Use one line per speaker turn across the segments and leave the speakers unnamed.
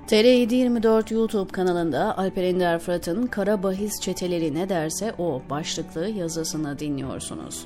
TR724 YouTube kanalında Alper Ender Fırat'ın Kara Bahis Çeteleri Ne Derse O başlıklı yazısını dinliyorsunuz.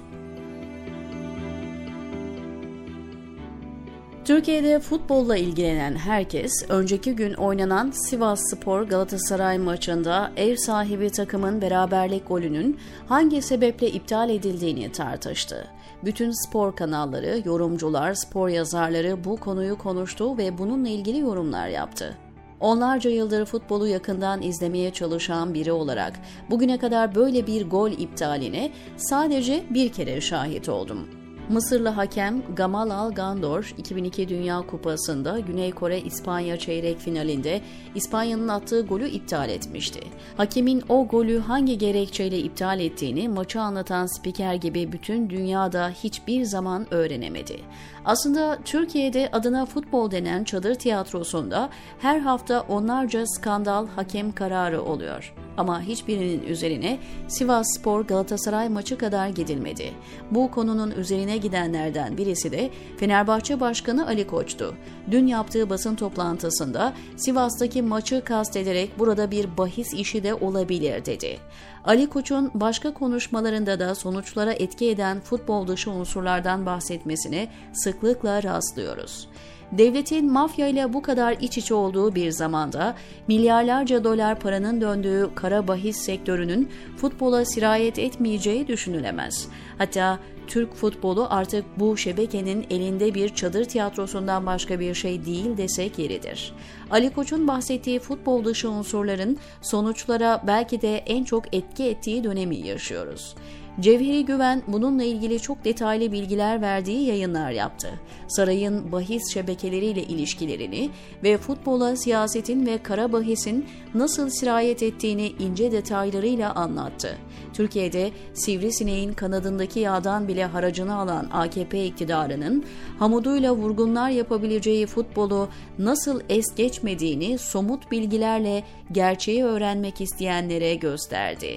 Türkiye'de futbolla ilgilenen herkes, önceki gün oynanan Sivasspor Galatasaray maçında ev sahibi takımın beraberlik golünün hangi sebeple iptal edildiğini tartıştı. Bütün spor kanalları, yorumcular, spor yazarları bu konuyu konuştu ve bununla ilgili yorumlar yaptı. Onlarca yıldır futbolu yakından izlemeye çalışan biri olarak bugüne kadar böyle bir gol iptaline sadece bir kere şahit oldum. Mısırlı hakem Gamal Al Gandor 2002 Dünya Kupası'nda Güney Kore İspanya çeyrek finalinde İspanya'nın attığı golü iptal etmişti. Hakemin o golü hangi gerekçeyle iptal ettiğini maçı anlatan spiker gibi bütün dünyada hiçbir zaman öğrenemedi. Aslında Türkiye'de adına futbol denen çadır tiyatrosunda her hafta onlarca skandal hakem kararı oluyor. Ama hiçbirinin üzerine Sivasspor Galatasaray maçı kadar gidilmedi. Bu konunun üzerine gidenlerden birisi de Fenerbahçe Başkanı Ali Koç'tu. Dün yaptığı basın toplantısında Sivas'taki maçı kastederek burada bir bahis işi de olabilir dedi. Ali Koç'un başka konuşmalarında da sonuçlara etki eden futbol dışı unsurlardan bahsetmesine sıklıkla rastlıyoruz. Devletin mafya ile bu kadar iç içe olduğu bir zamanda milyarlarca dolar paranın döndüğü kara bahis sektörünün futbola sirayet etmeyeceği düşünülemez. Hatta Türk futbolu artık bu şebekenin elinde bir çadır tiyatrosundan başka bir şey değil desek yeridir. Ali Koç'un bahsettiği futbol dışı unsurların sonuçlara belki de en çok etki ettiği dönemi yaşıyoruz. Cevheri Güven bununla ilgili çok detaylı bilgiler verdiği yayınlar yaptı. Sarayın bahis şebekeleriyle ilişkilerini ve futbola siyasetin ve kara bahisin nasıl sirayet ettiğini ince detaylarıyla anlattı. Türkiye'de sivrisineğin kanadındaki yağdan bile haracını alan AKP iktidarının hamuduyla vurgunlar yapabileceği futbolu nasıl es geçmediğini somut bilgilerle gerçeği öğrenmek isteyenlere gösterdi.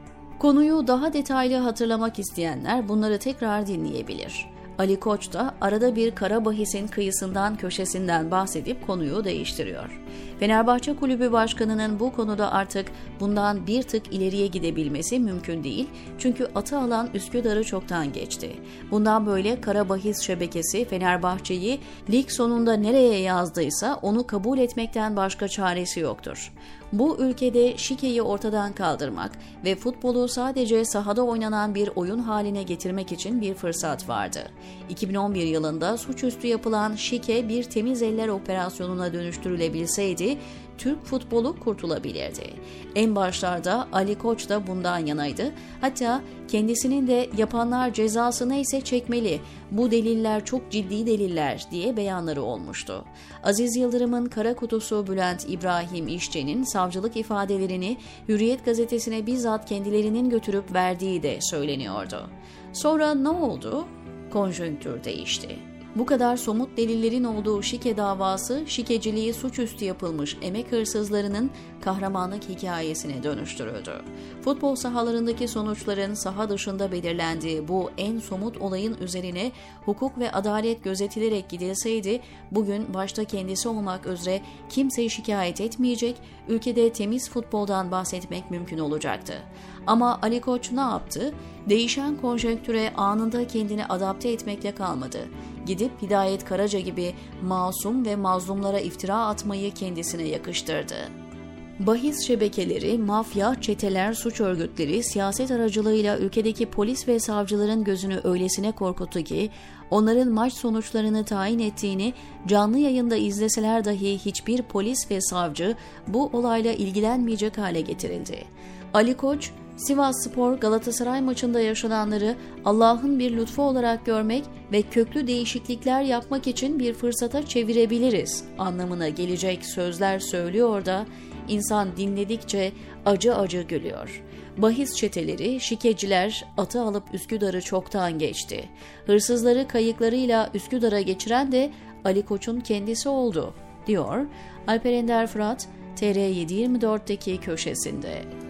Konuyu daha detaylı hatırlamak isteyenler bunları tekrar dinleyebilir. Ali Koç da arada bir kara bahisin kıyısından köşesinden bahsedip konuyu değiştiriyor. Fenerbahçe Kulübü Başkanı'nın bu konuda artık bundan bir tık ileriye gidebilmesi mümkün değil. Çünkü atı alan Üsküdar'ı çoktan geçti. Bundan böyle kara bahis şebekesi Fenerbahçe'yi lig sonunda nereye yazdıysa onu kabul etmekten başka çaresi yoktur. Bu ülkede şikeyi ortadan kaldırmak ve futbolu sadece sahada oynanan bir oyun haline getirmek için bir fırsat vardı. 2011 yılında suçüstü yapılan şike bir temiz eller operasyonuna dönüştürülebilseydi, Türk futbolu kurtulabilirdi. En başlarda Ali Koç da bundan yanaydı. Hatta kendisinin de yapanlar cezası neyse çekmeli, bu deliller çok ciddi deliller diye beyanları olmuştu. Aziz Yıldırım'ın kara kutusu Bülent İbrahim İşçi'nin savcılık ifadelerini Hürriyet gazetesine bizzat kendilerinin götürüp verdiği de söyleniyordu. Sonra ne oldu? Konjonktür değişti. Bu kadar somut delillerin olduğu şike davası, şikeciliği suçüstü yapılmış emek hırsızlarının kahramanlık hikayesine dönüştürüldü. Futbol sahalarındaki sonuçların saha dışında belirlendiği bu en somut olayın üzerine hukuk ve adalet gözetilerek gidilseydi, bugün başta kendisi olmak üzere kimseyi şikayet etmeyecek, ülkede temiz futboldan bahsetmek mümkün olacaktı. Ama Ali Koç ne yaptı? Değişen konjonktüre anında kendini adapte etmekle kalmadı. Gidip Hidayet Karaca gibi masum ve mazlumlara iftira atmayı kendisine yakıştırdı. Bahis şebekeleri, mafya, çeteler, suç örgütleri siyaset aracılığıyla ülkedeki polis ve savcıların gözünü öylesine korkuttu ki onların maç sonuçlarını tayin ettiğini canlı yayında izleseler dahi hiçbir polis ve savcı bu olayla ilgilenmeyecek hale getirildi. Ali Koç, Sivasspor Galatasaray maçında yaşananları Allah'ın bir lütfu olarak görmek ve köklü değişiklikler yapmak için bir fırsata çevirebiliriz anlamına gelecek sözler söylüyor da insan dinledikçe acı acı gülüyor. Bahis çeteleri, şikeciler atı alıp Üsküdar'ı çoktan geçti. Hırsızları kayıklarıyla Üsküdar'a geçiren de Ali Koç'un kendisi oldu, diyor Alper Ender Fırat, TR724'deki köşesinde.